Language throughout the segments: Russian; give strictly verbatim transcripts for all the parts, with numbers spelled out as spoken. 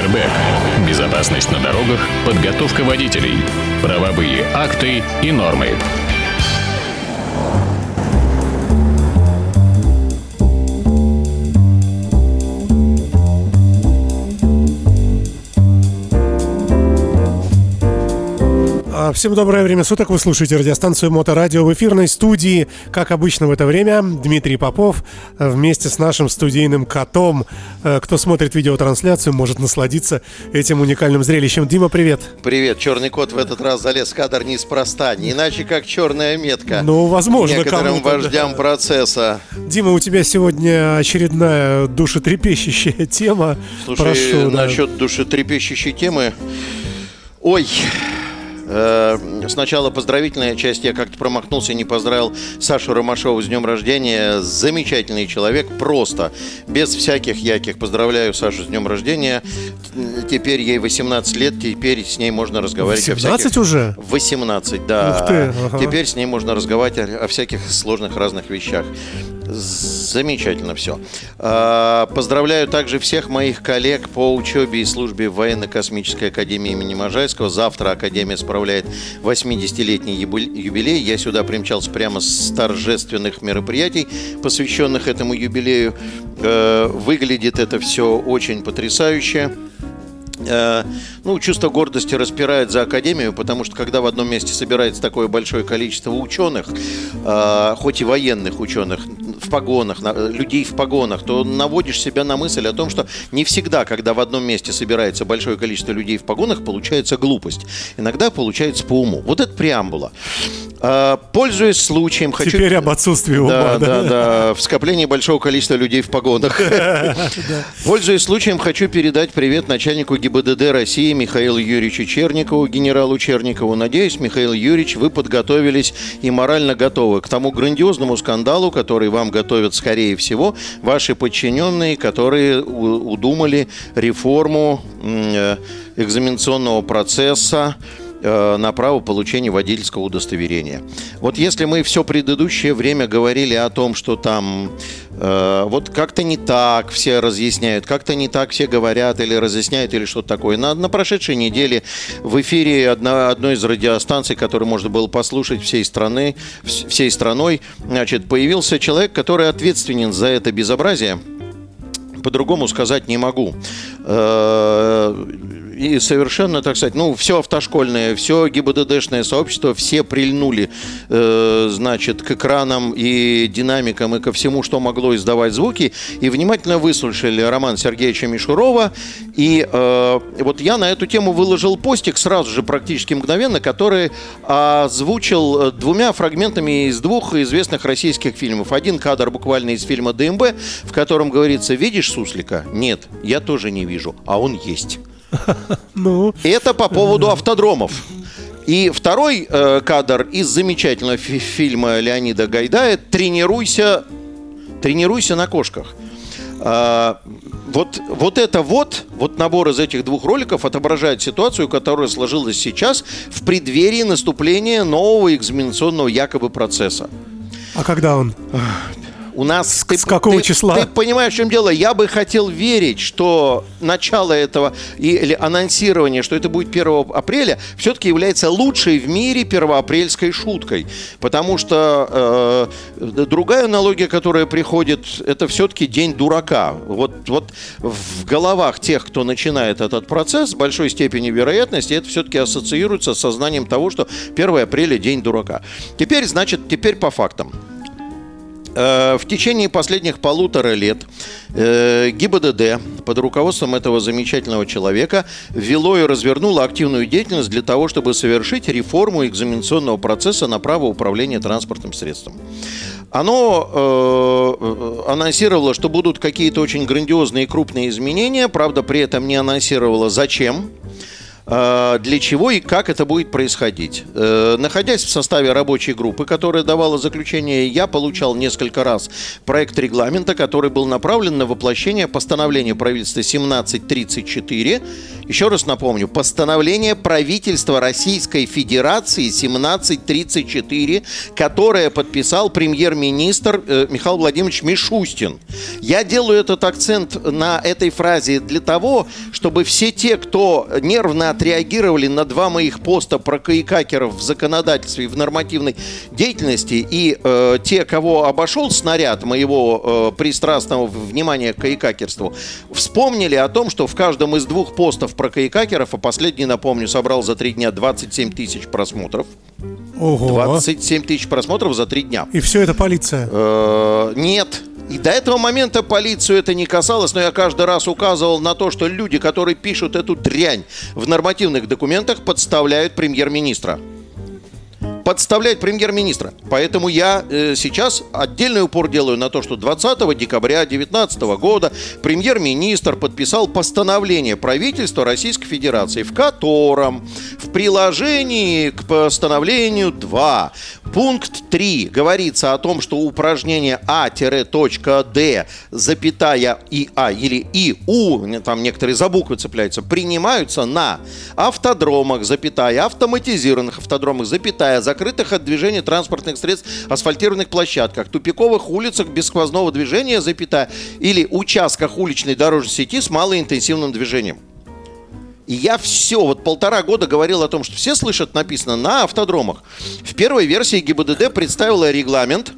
Airbag. Безопасность на дорогах, подготовка водителей, правовые акты и нормы. Всем доброе время суток. Вы слушаете радиостанцию Моторадио. В эфирной студии, как обычно в это время, Дмитрий Попов вместе с нашим студийным котом. Кто смотрит видеотрансляцию, может насладиться этим уникальным зрелищем. Дима, привет. Привет. Черный кот в этот раз залез в кадр неспроста. Не иначе, как черная метка. Ну, возможно, некоторым кому-то, вождям да. процесса. Дима, у тебя сегодня очередная душетрепещущая тема. Слушай, Прошу, насчет да. душетрепещущей темы. Ой... Сначала поздравительная часть. Я как-то промахнулся и не поздравил Сашу Ромашову с днем рождения. Замечательный человек, просто, без всяких яких. Поздравляю Сашу с днем рождения. Теперь ей восемнадцать лет, теперь с ней можно разговаривать восемнадцать о всяких... уже? восемнадцать, да. Ух ты, ага. Теперь с ней можно разговаривать о, о всяких сложных разных вещах. Замечательно все. Поздравляю также всех моих коллег по учебе и службе в Военно-космической академии имени Можайского. Завтра академия справляет восьмидесятилетний юбилей. Я сюда примчался прямо с торжественных мероприятий, посвященных этому юбилею. Выглядит это все очень потрясающе. Ну, чувство гордости распирает за академию, потому что когда в одном месте собирается такое большое количество ученых, хоть и военных ученых, в погонах, людей в погонах, то наводишь себя на мысль о том, что не всегда, когда в одном месте собирается большое количество людей в погонах, получается глупость. Иногда получается по уму. Вот это преамбула. Пользуясь случаем, хочу... Теперь об отсутствии ума. Да, да, да. В скоплении большого количества людей в погонах. Пользуясь случаем, хочу передать привет начальнику ГИБДД России Михаилу Юрьевичу Черникову, генералу Черникову. Надеюсь, Михаил Юрьевич, вы подготовились и морально готовы к тому грандиозному скандалу, который вам готовят, скорее всего, ваши подчиненные, которые удумали реформу экзаменационного процесса на право получения водительского удостоверения. Вот если мы все предыдущее время говорили о том, что там э, вот как-то не так все разъясняют, как-то не так все говорят или разъясняют, или что-то такое. На, на прошедшей неделе в эфире одна, одной из радиостанций, которую можно было послушать всей страны, всей страной, значит, появился человек, который ответственен за это безобразие. По-другому сказать не могу. И совершенно, так сказать, ну, все автошкольное, все ГИБДДшное сообщество, все прильнули, э, значит, к экранам и динамикам и ко всему, что могло издавать звуки, и внимательно выслушали Романа Сергеевича Мишурова. И э, вот я на эту тему выложил постик сразу же, практически мгновенно, который озвучил двумя фрагментами из двух известных российских фильмов. Один кадр буквально из фильма ДМБ, в котором говорится: «Видишь суслика?» «Нет, я тоже не вижу, а он есть». Ну. Это по поводу автодромов. И второй э, кадр из замечательного фи- фильма Леонида Гайдая «Тренируйся, тренируйся на кошках». А, вот, вот это вот, вот набор из этих двух роликов отображает ситуацию, которая сложилась сейчас в преддверии наступления нового экзаменационного якобы процесса. А когда он? У нас, с, ты, с какого ты, числа? Ты понимаешь, в чем дело? Я бы хотел верить, что начало этого или анонсирование, что это будет первого апреля, все-таки является лучшей в мире первоапрельской шуткой. Потому что э, другая аналогия, которая приходит, это все-таки день дурака. Вот, вот в головах тех, кто начинает этот процесс, с большой степенью вероятности, это все-таки ассоциируется с сознанием того, что первого апреля день дурака. Теперь, значит, теперь по фактам. В течение последних полутора лет ГИБДД под руководством этого замечательного человека ввело и развернуло активную деятельность для того, чтобы совершить реформу экзаменационного процесса на право управления транспортным средством. Оно э, анонсировало, что будут какие-то очень грандиозные и крупные изменения, правда, при этом не анонсировало, зачем. Для чего и как это будет происходить? Находясь в составе рабочей группы, которая давала заключение, я получал несколько раз проект регламента, который был направлен на воплощение постановления правительства семнадцать тридцать четыре. Еще раз напомню, постановление правительства Российской Федерации семнадцать тридцать четыре, которое подписал премьер-министр Михаил Владимирович Мишустин. Я делаю этот акцент на этой фразе для того, чтобы все те, кто нервно отреагировали на два моих поста про каикакеров в законодательстве и в нормативной деятельности, и э, те, кого обошел снаряд моего э, пристрастного внимания к каикакерству, вспомнили о том, что в каждом из двух постов про каикакеров, а последний, напомню, собрал за три дня двадцать семь тысяч просмотров. Ого. двадцать семь тысяч просмотров за три дня. И все это полиция? Э, нет. И до этого момента полицию это не касалось, но я каждый раз указывал на то, что люди, которые пишут эту дрянь в нормативных документах, подставляют премьер-министра. Подставляет премьер-министра. Поэтому я э, сейчас отдельный упор делаю на то, что двадцатого декабря две тысячи девятнадцатого года премьер-министр подписал постановление правительства Российской Федерации, в котором в приложении к постановлению два, пункт три говорится о том, что упражнение А-Д, запятая и А или и У, там некоторые за буквы цепляются, принимаются на автодромах, запятая, автоматизированных автодромах, запятая, закрытых от движения транспортных средств, асфальтированных площадках, тупиковых улицах без сквозного движения, запятая, или участках уличной дорожной сети с малоинтенсивным движением. И я все, вот полтора года говорил о том, что все слышат, написано на автодромах. В первой версии ГИБДД представила регламент,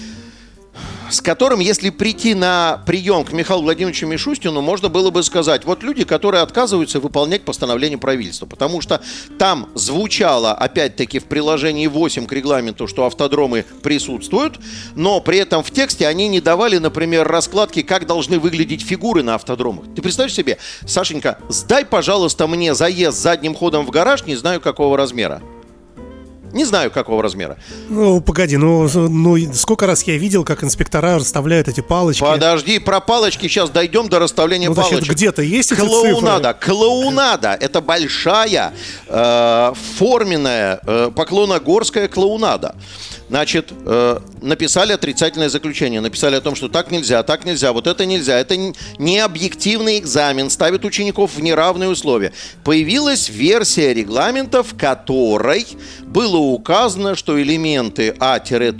с которым, если прийти на прием к Михаилу Владимировичу Мишустину, можно было бы сказать, вот люди, которые отказываются выполнять постановление правительства, потому что там звучало, опять-таки, в приложении восемь к регламенту, что автодромы присутствуют, но при этом в тексте они не давали, например, раскладки, как должны выглядеть фигуры на автодромах. Ты представь себе, Сашенька, сдай, пожалуйста, мне заезд задним ходом в гараж, не знаю какого размера. Не знаю, какого размера. Ну, погоди, ну, ну сколько раз я видел, как инспектора расставляют эти палочки. Подожди, про палочки сейчас дойдем до расставления ну, палочек. Значит, где-то есть эти клоунада, цифры? Клоунада. Это большая э, форменная э, поклоногорская клоунада. Значит, э, написали отрицательное заключение, написали о том, что так нельзя, так нельзя, вот это нельзя, это не объективный экзамен, ставит учеников в неравные условия. Появилась версия регламента, в которой было указано, что элементы А-Д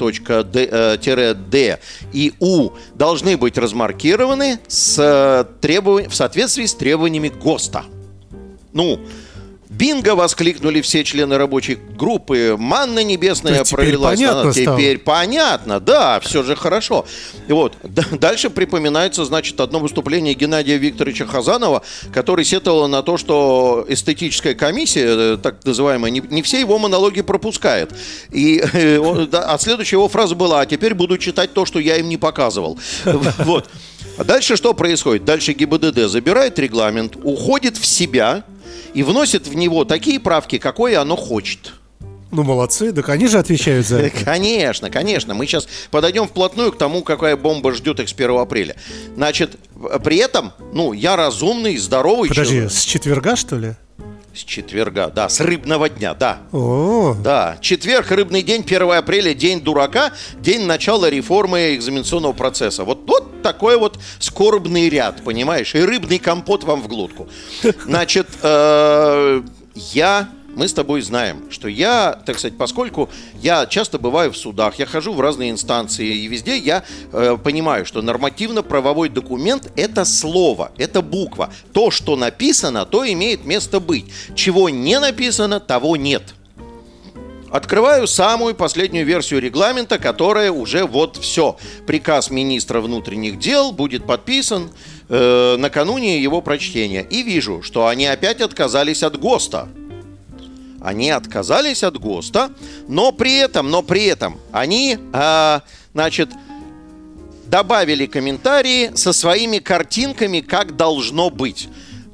и У должны быть размаркированы с требов... в соответствии с требованиями ГОСТа. Ну... Бинго! Воскликнули все члены рабочей группы. Манна небесная пролилась. Понятно Теперь понятно, да, все же хорошо. И вот. Дальше припоминается, значит, одно выступление Геннадия Викторовича Хазанова, который сетовал на то, что эстетическая комиссия, так называемая, не, не все его монологи пропускает. И а следующая его фраза была: а теперь буду читать то, что я им не показывал. Вот. А дальше что происходит? Дальше ГИБДД забирает регламент, уходит в себя и вносит в него такие правки, какое оно хочет. Ну, молодцы, так они же отвечают за это. Конечно, конечно. Мы сейчас подойдем вплотную к тому, какая бомба ждет их с первого апреля. Значит, при этом, ну, я разумный, здоровый Подожди, человек. с четверга, что ли? С четверга, да, с рыбного дня, да. О, Да, четверг, рыбный день, первое апреля, день дурака, день начала реформы экзаменационного процесса. Вот, вот такой вот скорбный ряд, понимаешь? И рыбный компот вам в глотку. Значит, э, я... Мы с тобой знаем, что я, так сказать, поскольку я часто бываю в судах, я хожу в разные инстанции, и везде я э, понимаю, что нормативно-правовой документ – это слово, это буква. То, что написано, то имеет место быть. Чего не написано, того нет. Открываю самую последнюю версию регламента, которая уже вот все. Приказ министра внутренних дел будет подписан э, накануне его прочтения. И вижу, что они опять отказались от ГОСТа. Они отказались от ГОСТа, но при этом, но при этом они, э, значит, добавили комментарии со своими картинками, как должно быть.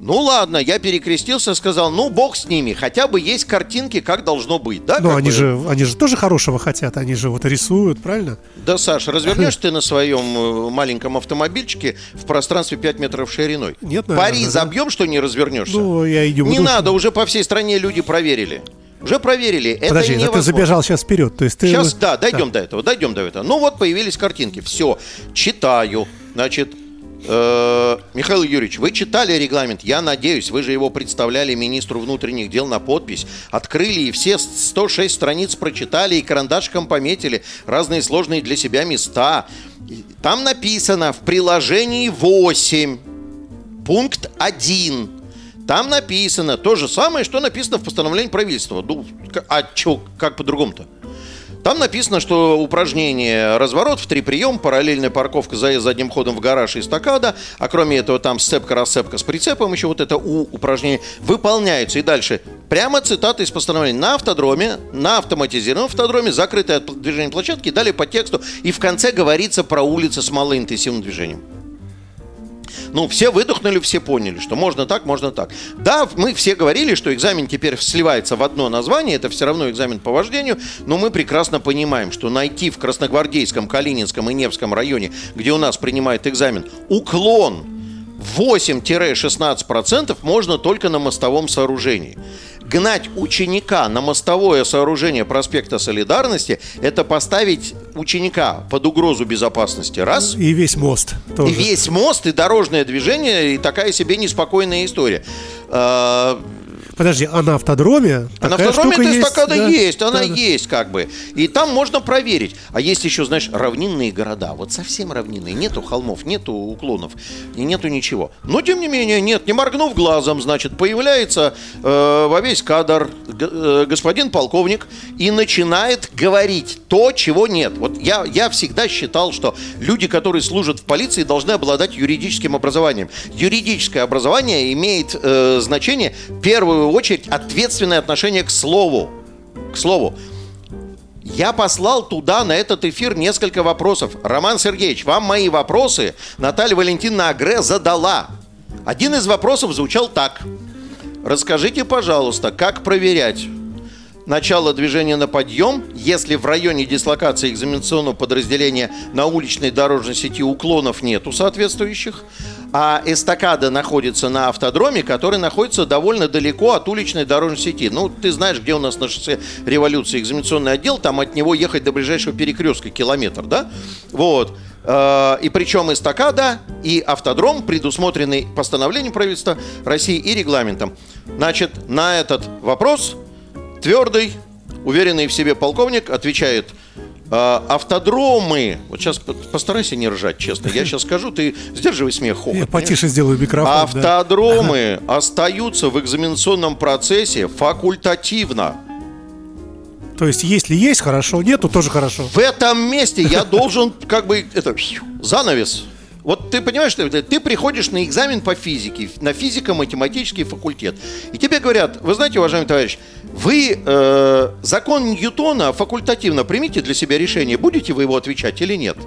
Ну ладно, я перекрестился, сказал, ну бог с ними, хотя бы есть картинки, как должно быть, да? Но они бы? же, они же тоже хорошего хотят, они же вот рисуют, правильно? Да, Саша, развернешь ты на своем маленьком автомобильчике в пространстве пять метров шириной? Нет, наверное, Пари да. забьем, что не развернешься? Ну, я и не буду. Не надо, уже по всей стране люди проверили. Уже проверили, это Подожди, невозможно. ты забежал сейчас вперед, то есть ты... Сейчас, да, дойдем да. до этого, дойдем до этого. Ну вот появились картинки, все, читаю, значит... Э, Михаил Юрьевич, вы читали регламент? Я надеюсь, вы же его представляли министру внутренних дел на подпись. Открыли и все сто шесть страниц прочитали и карандашиком пометили разные сложные для себя места. Там написано в приложении восемь, пункт один. Там написано то же самое, что написано в постановлении правительства. Ну, а что, как по-другому-то? Там написано, что упражнение разворот в три приема, параллельная парковка, заезд задним ходом в гараж и эстакада, а кроме этого там сцепка-расцепка с прицепом, еще вот это У упражнение выполняются. И дальше прямо цитата из постановления: на автодроме, на автоматизированном автодроме, закрытая от движения площадки, и далее по тексту. И в конце говорится про улицы с малоинтенсивным движением. Ну, все выдохнули, все поняли, что можно так, можно так. Да, мы все говорили, что экзамен теперь сливается в одно название, это все равно экзамен по вождению, но мы прекрасно понимаем, что найти в Красногвардейском, Калининском и Невском районе, где у нас принимают экзамен, уклон восемь-шестнадцать процентов можно только на мостовом сооружении. Гнать ученика на мостовое сооружение проспекта Солидарности – это поставить ученика под угрозу безопасности. Раз. И весь мост тоже. И весь мост, и дорожное движение, и такая себе неспокойная история. Подожди, а на автодроме? А на автодроме эта эстакада да? есть, она да, есть как бы. И там можно проверить. А есть еще, знаешь, равнинные города. Вот совсем равнинные. Нету холмов, нету уклонов, и нету ничего. Но, тем не менее, нет, не моргнув глазом, значит, появляется э, во весь кадр э, господин полковник и начинает говорить то, чего нет. Вот я, я всегда считал, что люди, которые служат в полиции, должны обладать юридическим образованием. Юридическое образование имеет э, значение в первую очередь ответственное отношение к слову. К слову. Я послал туда, на этот эфир, несколько вопросов. Роман Сергеевич, вам мои вопросы Наталья Валентиновна Агре задала. Один из вопросов звучал так. Расскажите, пожалуйста, как проверять начало движения на подъем, если в районе дислокации экзаменационного подразделения на уличной дорожной сети уклонов нету соответствующих, а эстакада находится на автодроме, который находится довольно далеко от уличной дорожной сети. Ну, ты знаешь, где у нас на шоссе Революции экзаменационный отдел, там от него ехать до ближайшего перекрестка километр, да? Вот. И причем эстакада и автодром предусмотрены постановлением правительства России и регламентом. Значит, на этот вопрос твердый, уверенный в себе полковник отвечает: автодромы, вот сейчас постарайся не ржать, честно, я сейчас скажу, ты сдерживай смех, хохот. Я потише сделаю микрофон. Автодромы да. остаются в экзаменационном процессе факультативно. То есть, если есть, хорошо, нету, тоже хорошо. В этом месте я должен, как бы, это, занавес. Вот ты понимаешь, что ты приходишь на экзамен по физике, на физико-математический факультет, и тебе говорят: вы знаете, уважаемый товарищ, вы э, закон Ньютона факультативно примите для себя решение, будете вы его отвечать или нет?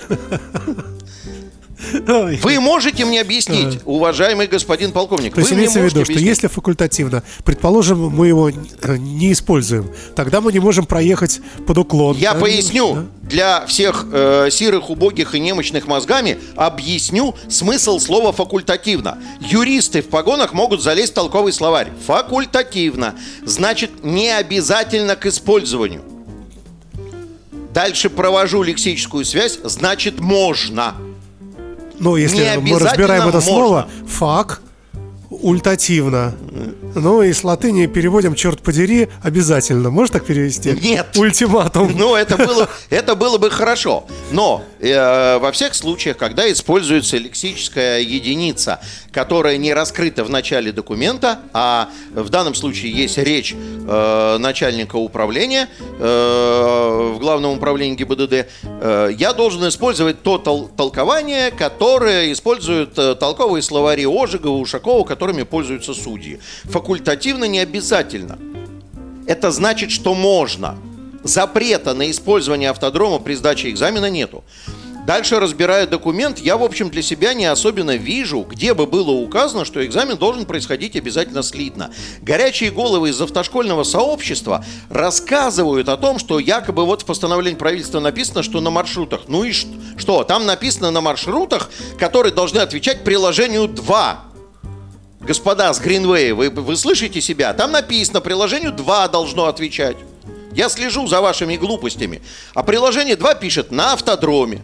Вы можете мне объяснить, уважаемый господин полковник? То есть имеется в виду, что если факультативно, предположим, мы его не используем, тогда мы не можем проехать под уклон. Я поясню. Для всех э, сирых, убогих и немощных мозгами объясню смысл слова «факультативно». Юристы в погонах могут залезть в толковый словарь. Факультативно значит не обязательно к использованию. Дальше провожу лексическую связь, значит можно. Ну, если мы разбираем это слово, фак, ультативно. Ну, и с латыни переводим, черт подери, обязательно. Можешь так перевести? Нет. Ультиматум. Ну, это было, это было бы хорошо. Но э, во всех случаях, когда используется лексическая единица, которая не раскрыта в начале документа, а в данном случае есть речь э, начальника управления э, в Главном управлении ГИБДД, э, я должен использовать то тол- толкование, которое используют э, толковые словари Ожегова, Ушакова, которыми пользуются судьи. Факультативно не обязательно. Это значит, что можно. Запрета на использование автодрома при сдаче экзамена нету. Дальше, разбирая документ, я, в общем, для себя не особенно вижу, где бы было указано, что экзамен должен происходить обязательно слитно. Горячие головы из автошкольного сообщества рассказывают о том, что якобы вот в постановлении правительства написано, что на маршрутах. Ну и что? Там написано на маршрутах, которые должны отвечать приложению два. Господа с Greenway, вы, вы слышите себя? Там написано, приложению два должно отвечать. Я слежу за вашими глупостями. А приложение два пишет на автодроме.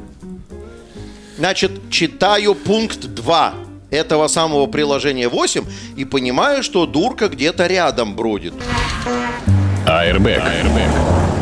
Значит, читаю пункт два этого самого приложения восемь и понимаю, что дурка где-то рядом бродит. Airbag. Airbag.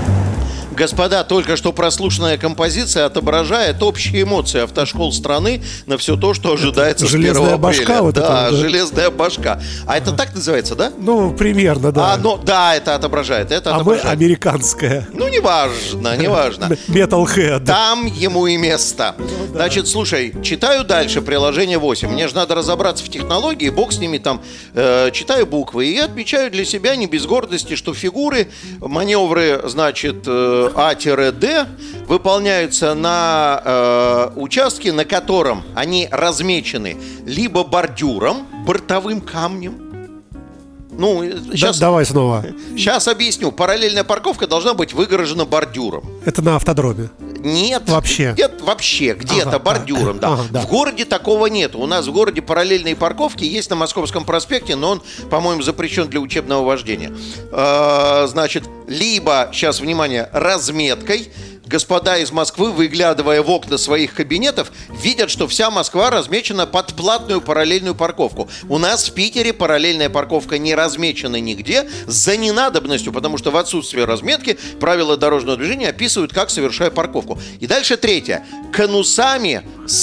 Господа, только что прослушанная композиция отображает общие эмоции автошкол страны на все то, что ожидается с первого апреля. Железная башка вот да, это, да, железная башка. А это так называется, да? Ну, примерно, да. А, ну, да, это отображает, это а отображает. мы американская. Ну, неважно, неважно. Metalhead. Там ему и место. Ну, да. Значит, слушай, читаю дальше приложение восемь. Мне же надо разобраться в технологии, бог с ними там. Э, читаю буквы и отмечаю для себя не без гордости, что фигуры, маневры, значит, э, А-Д выполняются на э, участке, на котором они размечены либо бордюром, бортовым камнем. Ну, сейчас, да, давай снова. Сейчас объясню. Параллельная парковка должна быть выгорожена бордюром. Это на автодроме? Нет. Вообще? Нет, вообще. Где-то ага, бордюром, а, да. Ага, да. В городе такого нет. У нас в городе параллельные парковки есть на Московском проспекте, но он, по-моему, запрещен для учебного вождения. Э-э, значит, либо, сейчас, внимание, разметкой. Господа из Москвы, выглядывая в окна своих кабинетов, видят, что вся Москва размечена под платную параллельную парковку. У нас в Питере параллельная парковка не размечена нигде за ненадобностью, потому что в отсутствие разметки правила дорожного движения описывают, как совершая парковку. И дальше третье. Конусами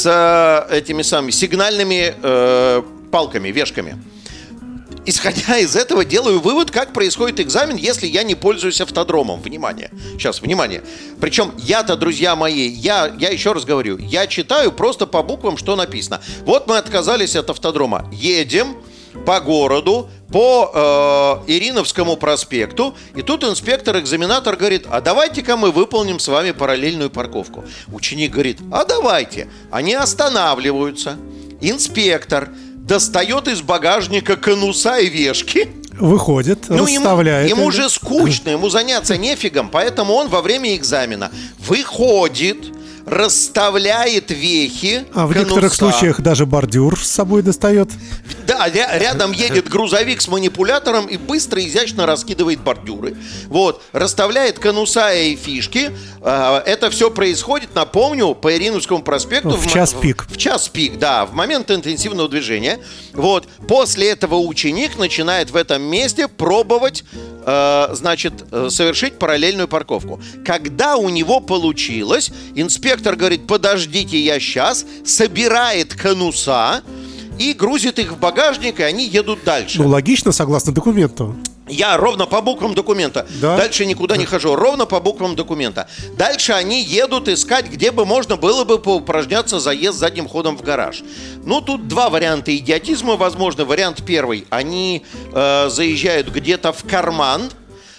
с этими самыми сигнальными э, палками, вешками. Исходя из этого, делаю вывод, как происходит экзамен, если я не пользуюсь автодромом. Внимание. Сейчас, внимание. Причем я-то, друзья мои, я, я еще раз говорю, я читаю просто по буквам, что написано. Вот мы отказались от автодрома. Едем по городу, по э, Ириновскому проспекту, и тут инспектор-экзаменатор говорит: а давайте-ка мы выполним с вами параллельную парковку. Ученик говорит: а давайте. Они останавливаются. Инспектор достает из багажника конуса и вешки. Выходит, ну, расставляет. Ему, ему же скучно, ему заняться нефигом, поэтому он во время экзамена выходит, расставляет вехи. А в конуса. некоторых случаях даже бордюр с собой достает. Да, рядом едет грузовик с манипулятором и быстро, изящно раскидывает бордюры. Вот, расставляет конуса и фишки. Это все происходит, напомню, по Ириновскому проспекту. В, в час пик. В, в час пик, да, в момент интенсивного движения. Вот, после этого ученик начинает в этом месте пробовать, э, значит, совершить параллельную парковку. Когда у него получилось, инспектор говорит: подождите, я сейчас, собирает конуса и грузит их в багажник, и они едут дальше. Ну, логично, согласно документу. Я ровно по буквам документа. Да? Дальше никуда не хожу. Ровно по буквам документа. Дальше они едут искать, где бы можно было бы поупражняться заезд задним ходом в гараж. Ну, тут два варианта идиотизма возможно. Вариант первый. Они э, заезжают где-то в карман.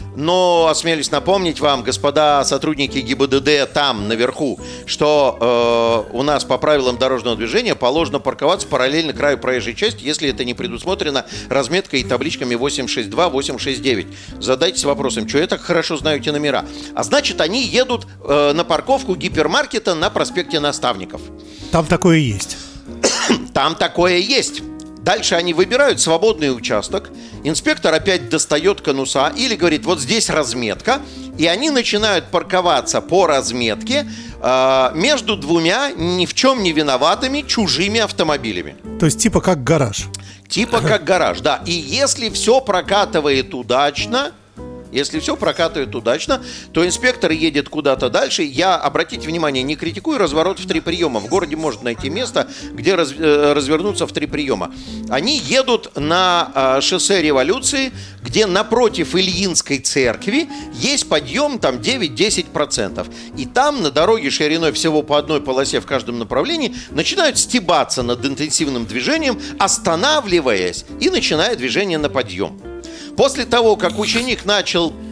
Но осмелюсь напомнить вам, господа сотрудники ГИБДД там, наверху, что э, у нас по правилам дорожного движения положено парковаться параллельно краю проезжей части, если это не предусмотрено разметкой и табличками восемь шесть два, восемь шесть девять. Задайтесь вопросом, что я так хорошо знаю эти номера. А значит, они едут э, на парковку гипермаркета на проспекте Наставников. Там такое есть. Там такое есть. Дальше они выбирают свободный участок. Инспектор опять достает конуса или говорит: вот здесь разметка. И они начинают парковаться по разметке э, между двумя ни в чем не виноватыми чужими автомобилями. То есть типа как гараж. Типа как гараж, да. И если все прокатывает удачно... Если все прокатывает удачно, то инспектор едет куда-то дальше. Я, обратите внимание, не критикую разворот в три приема. В городе можно найти место, где раз, э, развернуться в три приема. Они едут на э, шоссе Революции, где напротив Ильинской церкви есть подъем там девять-десять процентов. И там на дороге шириной всего по одной полосе в каждом направлении начинают стебаться над интенсивным движением, останавливаясь, и начиная движение на подъем. После того, как ученик начал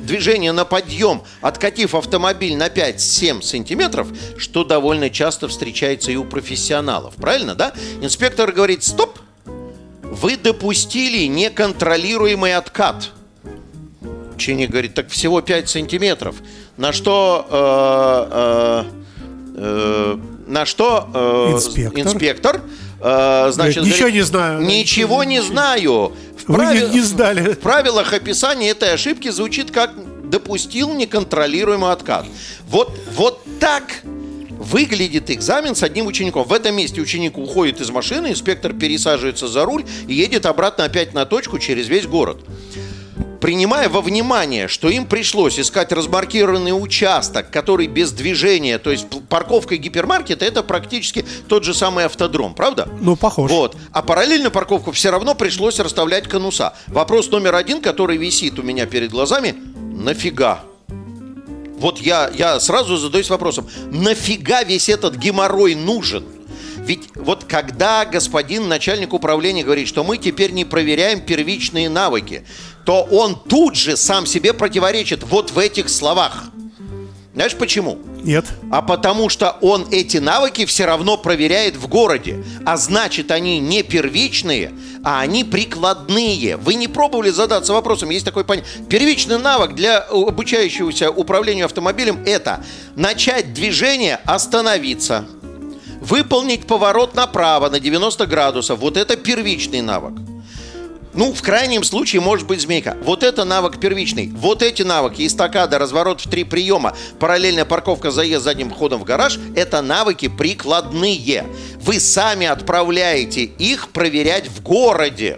движение на подъем, откатив автомобиль на пять-семь сантиметров, что довольно часто встречается и у профессионалов. Правильно, да? Инспектор говорит: стоп, вы допустили неконтролируемый откат. Ученик говорит: так всего пять сантиметров. На что... Э, э, э, на что э, инспектор, инспектор э, значит, ничего говорит, не знаю. Ничего не знаю. В, Вы правил... не сдали. в правилах описания этой ошибки звучит как «допустил неконтролируемый откат». Вот, вот так выглядит экзамен с одним учеником. В этом месте ученик уходит из машины, инспектор пересаживается за руль и едет обратно опять на точку через весь город. Принимая во внимание, что им пришлось искать размаркированный участок, который без движения, то есть парковка гипермаркета, это практически тот же самый автодром, правда? Ну, похож. Вот. А параллельно парковку все равно пришлось расставлять конуса. Вопрос номер один, который висит у меня перед глазами: нафига? Вот я, я сразу задаюсь вопросом: нафига весь этот геморрой нужен? Ведь вот когда господин начальник управления говорит, что мы теперь не проверяем первичные навыки, то он тут же сам себе противоречит вот в этих словах. Знаешь почему? Нет. А потому что он эти навыки все равно проверяет в городе. А значит, они не первичные, а они прикладные. Вы не пробовали задаться вопросом? Есть такой понятие. Первичный навык для обучающегося управлению автомобилем – это начать движение, остановиться, выполнить поворот направо на девяносто градусов. Вот это первичный навык. Ну, в крайнем случае, может быть змейка. Вот это навык первичный. Вот эти навыки: эстакада, разворот в три приема, параллельная парковка, заезд задним ходом в гараж – это навыки прикладные. Вы сами отправляете их проверять в городе.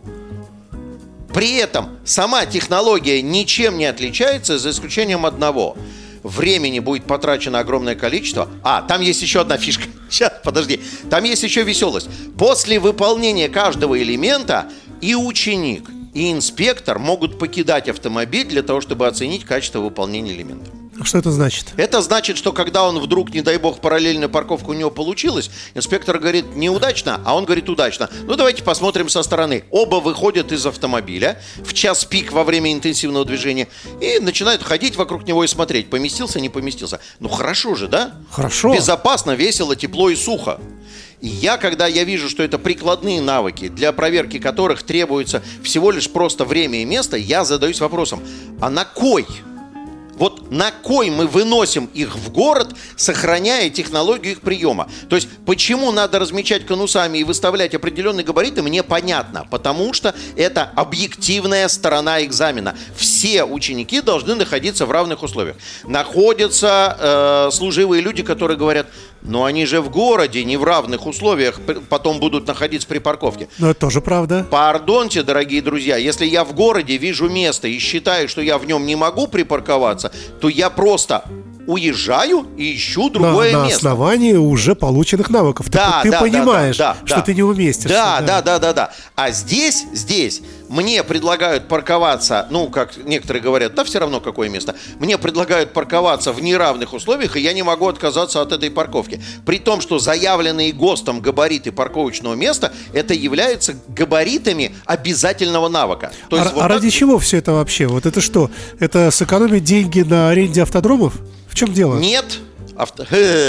При этом сама технология ничем не отличается, за исключением одного. Времени будет потрачено огромное количество. А, там есть еще одна фишка. Сейчас, подожди. Там есть еще веселость. После выполнения каждого элемента и ученик, и инспектор могут покидать автомобиль для того, чтобы оценить качество выполнения элемента. Что это значит? Это значит, что когда он вдруг, не дай бог, параллельная парковка у него получилась, инспектор говорит: неудачно, а он говорит: удачно. Ну, давайте посмотрим со стороны. Оба выходят из автомобиля в час пик во время интенсивного движения и начинают ходить вокруг него и смотреть, поместился, не поместился. Ну, хорошо же, да? Хорошо. Безопасно, весело, тепло и сухо. И я, когда я вижу, что это прикладные навыки, для проверки которых требуется всего лишь просто время и место, я задаюсь вопросом: а на кой? Вот на кой мы выносим их в город, сохраняя технологию их приема? То есть, почему надо размечать конусами и выставлять определенные габариты, мне понятно. Потому что это объективная сторона экзамена. Все ученики должны находиться в равных условиях. Находятся э, служивые люди, которые говорят: но они же в городе, не в равных условиях, потом будут находиться при парковке. Но это тоже правда. Пардоньте, дорогие друзья, если я в городе вижу место и считаю, что я в нем не могу припарковаться, то я просто уезжаю и ищу другое на, на место. На основании уже полученных навыков. Да, ты да, ты понимаешь, да, да, что да. ты не уместишься. Да, да, да, да, да. А здесь, здесь мне предлагают парковаться, ну, как некоторые говорят, да все равно какое место. Мне предлагают парковаться в неравных условиях, и я не могу отказаться от этой парковки. При том, что заявленные ГОСТом габариты парковочного места, это являются габаритами обязательного навыка. То есть а вот а так... ради чего все это вообще? Вот это что? Это сэкономить деньги на аренде автодромов? В чем дело? Нет. Авто...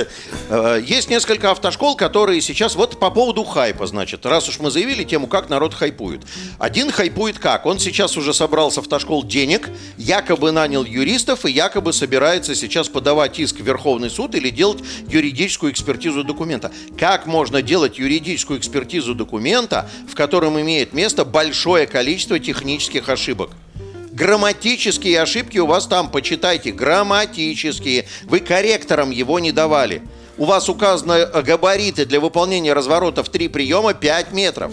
Есть несколько автошкол, которые сейчас... Вот по поводу хайпа, значит. Раз уж мы заявили тему, как народ хайпует. Один хайпует как? Он сейчас уже собрал с автошкол денег, якобы нанял юристов и якобы собирается сейчас подавать иск в Верховный суд или делать юридическую экспертизу документа. Как можно делать юридическую экспертизу документа, в котором имеет место большое количество технических ошибок? Грамматические ошибки у вас там, почитайте, грамматические. Вы корректорам его не давали. У вас указаны габариты для выполнения разворота в три приема пять метров.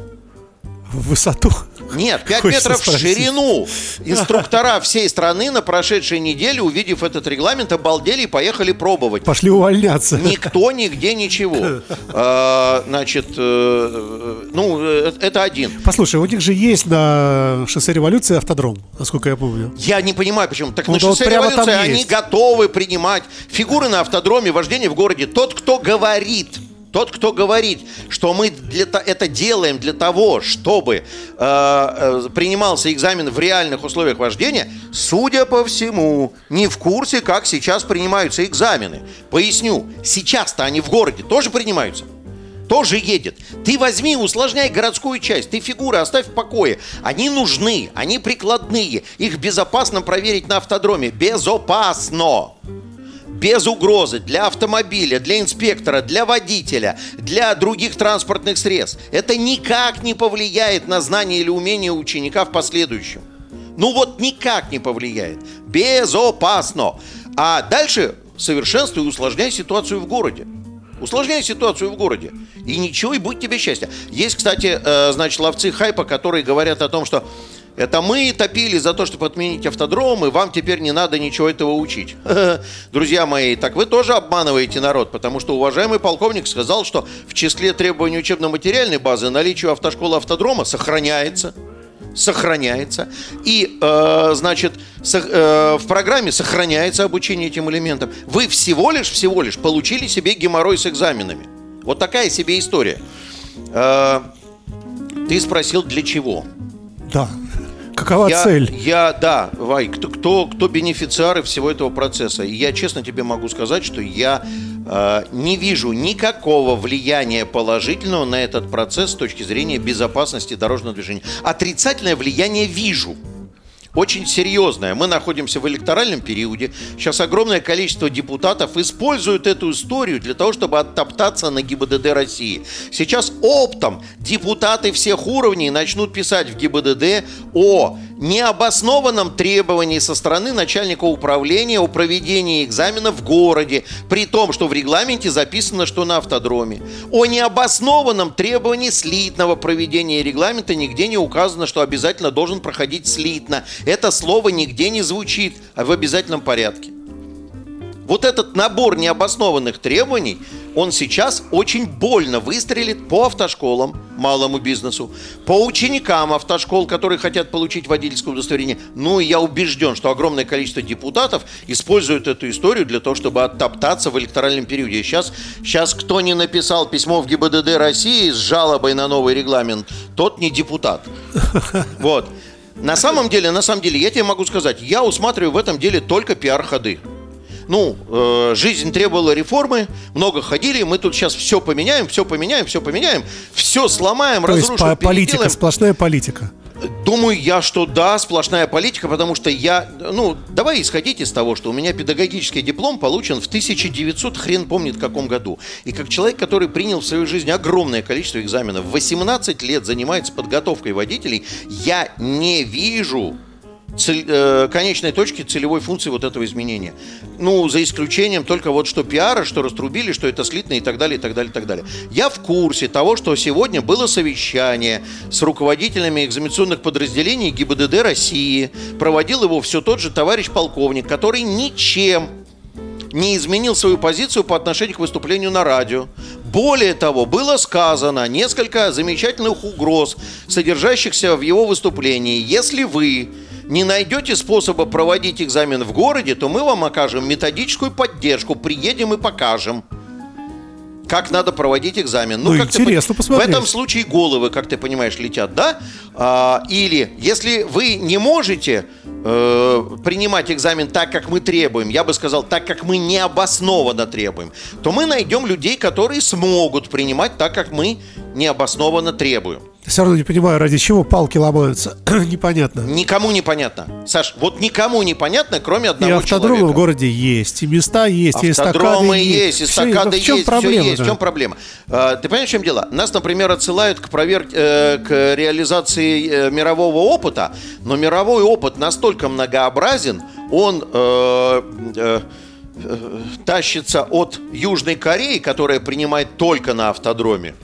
В высоту? Нет, пять Хочется метров в спросить. ширину. Инструктора всей страны на прошедшей неделе, увидев этот регламент, обалдели и поехали пробовать. Пошли увольняться. Никто, нигде, ничего. А, значит, э, ну, это один. Послушай, у них же есть на шоссе Революции автодром, насколько я помню. Я не понимаю, почему. Так Ну, на да вот шоссе прямо Революции там они есть. готовы принимать фигуры на автодроме, вождение в городе. Тот, кто говорит, Тот, кто говорит, что мы для, это делаем для того, чтобы э, э, принимался экзамен в реальных условиях вождения, судя по всему, не в курсе, как сейчас принимаются экзамены. Поясню, сейчас-то они в городе тоже принимаются. Тоже едет. Ты возьми, усложняй городскую часть. Ты фигуры оставь в покое. Они нужны, они прикладные. Их безопасно проверить на автодроме. Безопасно. Без угрозы для автомобиля, для инспектора, для водителя, для других транспортных средств. Это никак не повлияет на знания или умения ученика в последующем. Ну вот никак не повлияет. Безопасно. А дальше совершенствуй и усложняй ситуацию в городе. Усложняй ситуацию в городе. И ничего, и будет тебе счастье. Есть, кстати, э, значит, ловцы хайпа, которые говорят о том, что это мы топили за то, чтобы отменить автодром, и вам теперь не надо ничего этого учить. Друзья мои, так вы тоже обманываете народ, потому что уважаемый полковник сказал, что в числе требований учебно-материальной базы наличие автошколы автодрома сохраняется. Сохраняется. И, э, значит, со, э, в программе сохраняется обучение этим элементам. Вы всего лишь, всего лишь получили себе геморрой с экзаменами. Вот такая себе история. Э, ты спросил, для чего? Да. Какова я, цель? Я, да, Вай, кто, кто, кто бенефициары всего этого процесса? И я честно тебе могу сказать, что я э, не вижу никакого влияния положительного на этот процесс с точки зрения безопасности дорожного движения. Отрицательное влияние вижу. Очень серьезное. Мы находимся в электоральном периоде. Сейчас огромное количество депутатов используют эту историю для того, чтобы оттоптаться на ГИБДД России. Сейчас оптом депутаты всех уровней начнут писать в ГИБДД о необоснованном требовании со стороны начальника управления о проведении экзамена в городе, при том, что в регламенте записано, что на автодроме. О необоснованном требовании слитного проведения регламента нигде не указано, что обязательно должен проходить слитно. Это слово нигде не звучит в обязательном порядке. Вот этот набор необоснованных требований, он сейчас очень больно выстрелит по автошколам, малому бизнесу, по ученикам автошкол, которые хотят получить водительское удостоверение. Ну и я убежден, что огромное количество депутатов используют эту историю для того, чтобы оттоптаться в электоральном периоде. И сейчас, сейчас кто не написал письмо в ГИБДД России с жалобой на новый регламент, тот не депутат. Вот. На самом деле, на самом деле, я тебе могу сказать, я усматриваю в этом деле только пиар-ходы. Ну, э, жизнь требовала реформы, много ходили, мы тут сейчас все поменяем, все поменяем, все поменяем, все сломаем, То разрушим, есть по- политика, переделаем. сплошная политика. Думаю я, что да, сплошная политика, потому что я, ну, давай исходить из того, что у меня педагогический диплом получен в тысяча девятьсот, хрен помнит каком году. И как человек, который принял в свою жизнь огромное количество экзаменов, восемнадцать лет занимается подготовкой водителей, я не вижу цель, э, конечной точки целевой функции вот этого изменения. Ну, за исключением только вот что пиара, что раструбили, что это слитно и так далее, и так далее, и так далее. Я в курсе того, что сегодня было совещание с руководителями экзаменационных подразделений ГИБДД России. Проводил его все тот же товарищ полковник, который ничем не изменил свою позицию по отношению к выступлению на радио. Более того, было сказано несколько замечательных угроз, содержащихся в его выступлении. Если вы не найдете способа проводить экзамен в городе, то мы вам окажем методическую поддержку, приедем и покажем, как надо проводить экзамен. Ну, как интересно ты, посмотреть. В этом случае головы, как ты понимаешь, летят, да? А, или, если вы не можете э, принимать экзамен так, как мы требуем, я бы сказал, так, как мы необоснованно требуем, то мы найдем людей, которые смогут принимать так, как мы необоснованно требуем. Все равно не понимаю, ради чего палки ломаются. Непонятно. Никому не понятно. Саш, вот никому не понятно, кроме И одного автодромы человека. в городе есть, и места есть, и эстакады Автодромы есть. есть, эстакады Все, в чем есть, проблема, все есть. да? В чем проблема? А, ты понимаешь, в чем дело? Нас, например, отсылают к проверке, э, к реализации э, мирового опыта, но мировой опыт настолько многообразен, он э, э, э, тащится от Южной Кореи, которая принимает только на автодроме,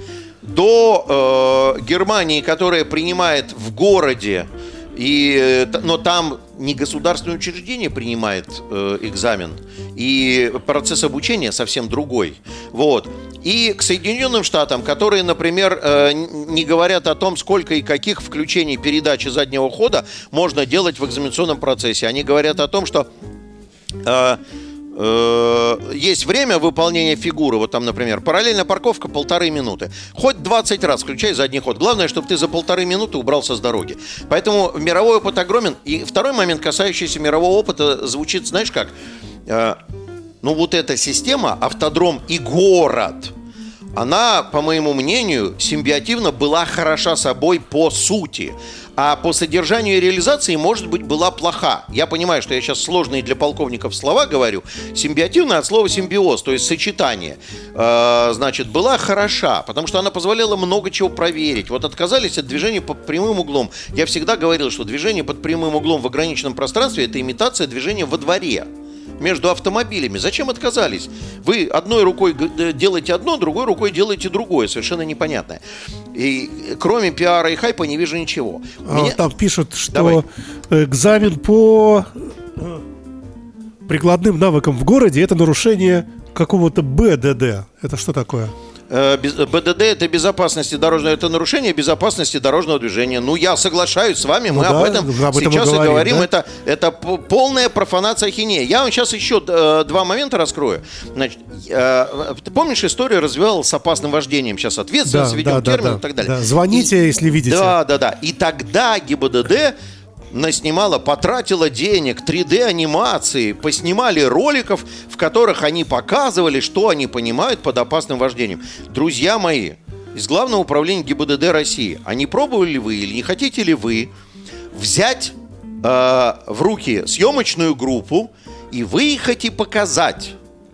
до э, Германии, которая принимает в городе, и, но там не государственное учреждение принимает э, экзамен, и процесс обучения совсем другой. Вот. И к Соединенным Штатам, которые, например, э, не говорят о том, сколько и каких включений передачи заднего хода можно делать в экзаменационном процессе. Они говорят о том, что э, есть время выполнения фигуры, вот там, например, параллельная парковка полторы минуты. Хоть двадцать раз включай задний ход. Главное, чтобы ты за полторы минуты убрался с дороги. Поэтому мировой опыт огромен. И второй момент, касающийся мирового опыта, звучит, знаешь как? Ну вот эта система, автодром и город, она, по моему мнению, симбиотивно была хороша собой по сути. А по содержанию и реализации, может быть, была плоха. Я понимаю, что я сейчас сложные для полковников слова говорю. Симбиотивно от слова симбиоз, то есть сочетание. Э, значит, была хороша, потому что она позволяла много чего проверить. Вот отказались от движения под прямым углом. Я всегда говорил, что движение под прямым углом в ограниченном пространстве – это имитация движения во дворе. Между автомобилями. Зачем отказались? Вы одной рукой делаете одно, другой рукой делаете другое. Совершенно непонятное. И кроме пиара и хайпа не вижу ничего. А Меня... Там пишут, что Давай. экзамен по прикладным навыкам в городе — это нарушение какого-то БДД. Это что такое? БДД – это безопасности дорожного, это нарушение безопасности дорожного движения. Ну, я соглашаюсь с вами, мы ну, об, да, этом об этом сейчас и говорим. говорим. Да? Это, это полная профанация ахинея. Я вам сейчас еще э, два момента раскрою. Значит, э, ты помнишь, историю развивал с опасным вождением? Сейчас ответственность, да, введем да, термин да, и так далее. Да. Звоните, и, если видите. Да, да, да. И тогда ГИБДД наснимала, потратила денег, три дэ-анимации, поснимали роликов, в которых они показывали, что они понимают под опасным вождением. Друзья мои, из Главного управления ГИБДД России, а не пробовали ли вы или не хотите ли вы взять э, в руки съемочную группу и выехать и показать,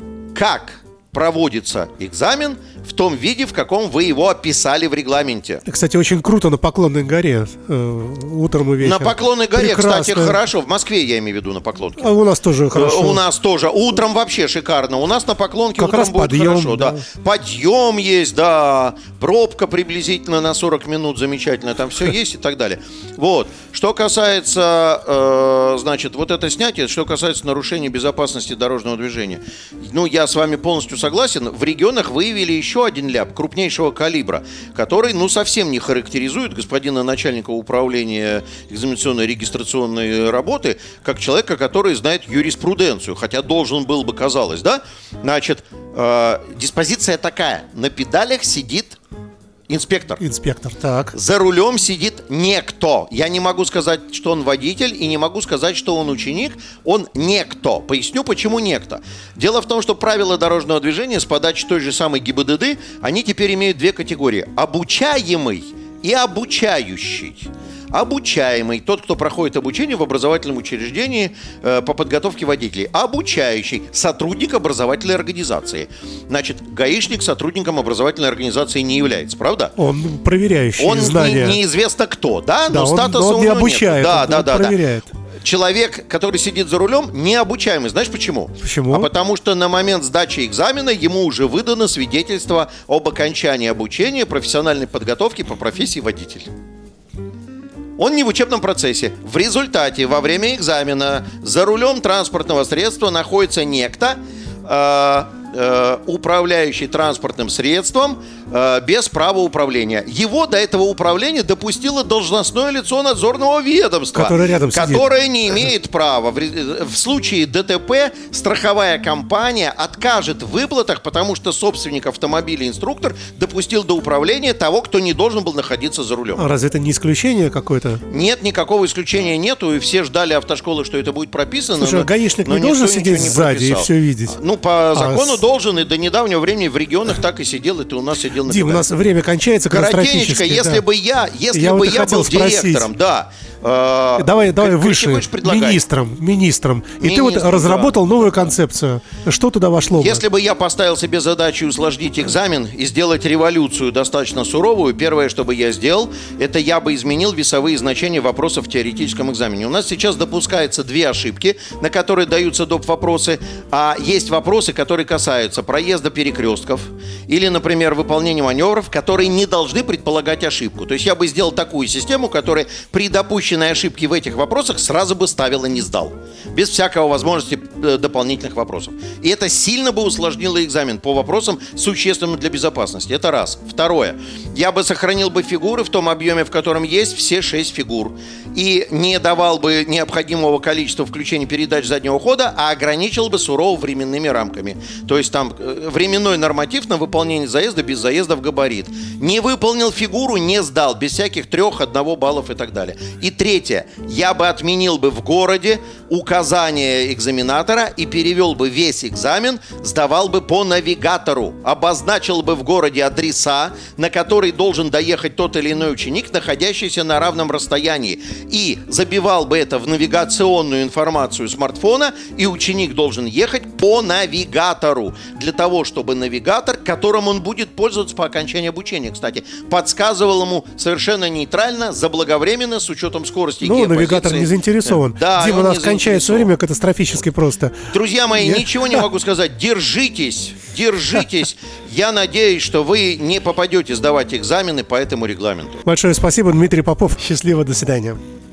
как проводится экзамен в том виде, в каком вы его описали в регламенте. Кстати, очень круто на Поклонной горе э, утром и вечером. На Поклонной горе, прекрасно. Кстати, хорошо. В Москве, я имею в виду, на Поклонке. А у нас тоже хорошо. У нас тоже. Утром вообще шикарно. У нас на Поклонке как утром раз будет подъем, хорошо. Да. Да. Подъем есть, да. Пробка приблизительно на сорок минут замечательно. Там все есть и так далее. Вот. Что касается, э, значит, вот это снятие, что касается нарушения безопасности дорожного движения. Ну, я с вами полностью согласен. В регионах выявили еще один ляп крупнейшего калибра, который, ну, совсем не характеризует господина начальника управления экзаменационной регистрационной работы как человека, который знает юриспруденцию, хотя должен был бы, казалось, да? Значит, э, диспозиция такая. На педалях сидит инспектор. Инспектор, так. За рулем сидит некто. Я не могу сказать, что он водитель, и не могу сказать, что он ученик. Он некто. Поясню, почему некто. Дело в том, что правила дорожного движения с подачи той же самой ГИБДД, они теперь имеют две категории. Обучаемый и обучающий. Обучаемый, тот, кто проходит обучение в образовательном учреждении э, по подготовке водителей. Обучающий, сотрудник образовательной организации. Значит, гаишник сотрудником образовательной организации не является, правда? Он проверяющий он знания. Он не, неизвестно кто, да? Да, но он, статуса он у не него обучает, нет. Да, он, да, он да, проверяет. Да. Человек, который сидит за рулем, необучаемый. Знаешь почему? Почему? А потому что на момент сдачи экзамена ему уже выдано свидетельство об окончании обучения профессиональной подготовки по профессии водитель. Он не в учебном процессе. В результате, во время экзамена за рулем транспортного средства находится некто, э, э, управляющий транспортным средством э, без права управления. Его до этого управления допустило должностное лицо надзорного ведомства, которое, рядом которое сидит. не имеет права. В, в случае ДТП страховая компания откажет в выплатах, потому что собственник автомобиля, инструктор, допустил до управления того, кто не должен был находиться за рулем. А разве это не исключение какое-то? Нет, никакого исключения нету, и все ждали автошколы, что это будет прописано. Слушай, но, а гаишник но не должен сидеть не сзади прописал. и все видеть? Ну, по закону а должен, и до недавнего времени в регионах так и сидел, и ты у нас сидел на Дим, педали. у нас время кончается Коротенечко, катастрофически. если да. бы я, если я бы вот я был спросить. директором, да. Э, давай, давай как, выше, министром, министром. И Министр, ты вот разработал да. новую концепцию. Что туда вошло? Если бы? бы я поставил себе задачу усложнить экзамен и сделать революцию достаточно суровую, первое, что бы я сделал, это я бы изменил весовые значения вопросов в теоретическом экзамене. У нас сейчас допускается две ошибки, на которые даются доп. Вопросы, а есть вопросы, которые касаются проезда перекрестков или, например, выполнения маневров, которые не должны предполагать ошибку. То есть я бы сделал такую систему, которая при допущенной ошибке в этих вопросах сразу бы ставила «не сдал», без всякого возможности дополнительных вопросов. И это сильно бы усложнило экзамен по вопросам, существенным для безопасности. Это раз. Второе. Я бы сохранил бы фигуры в том объеме, в котором есть все шесть фигур. и не давал бы необходимого количества включений передач заднего хода, а ограничил бы сурово временными рамками. То есть там временной норматив на выполнение заезда без заезда в габарит. Не выполнил фигуру, не сдал, без всяких трех, одного баллов и так далее. И третье. Я бы отменил бы в городе указания экзаменатора и перевел бы весь экзамен, сдавал бы по навигатору. Обозначил бы в городе адреса, на которые должен доехать тот или иной ученик, находящийся на равном расстоянии. И забивал бы это в навигационную информацию смартфона, и ученик должен ехать по навигатору. Для того, чтобы навигатор, которым он будет пользоваться по окончании обучения, кстати, подсказывал ему совершенно нейтрально, заблаговременно, с учетом скорости Ну, геопозиции. навигатор не заинтересован. Да, Дима, у нас не кончается время катастрофически просто. Друзья мои, Я... ничего не могу сказать. Держитесь, держитесь. Я надеюсь, что вы не попадете сдавать экзамены по этому регламенту. Большое спасибо, Дмитрий Попов. Счастливо, до свидания.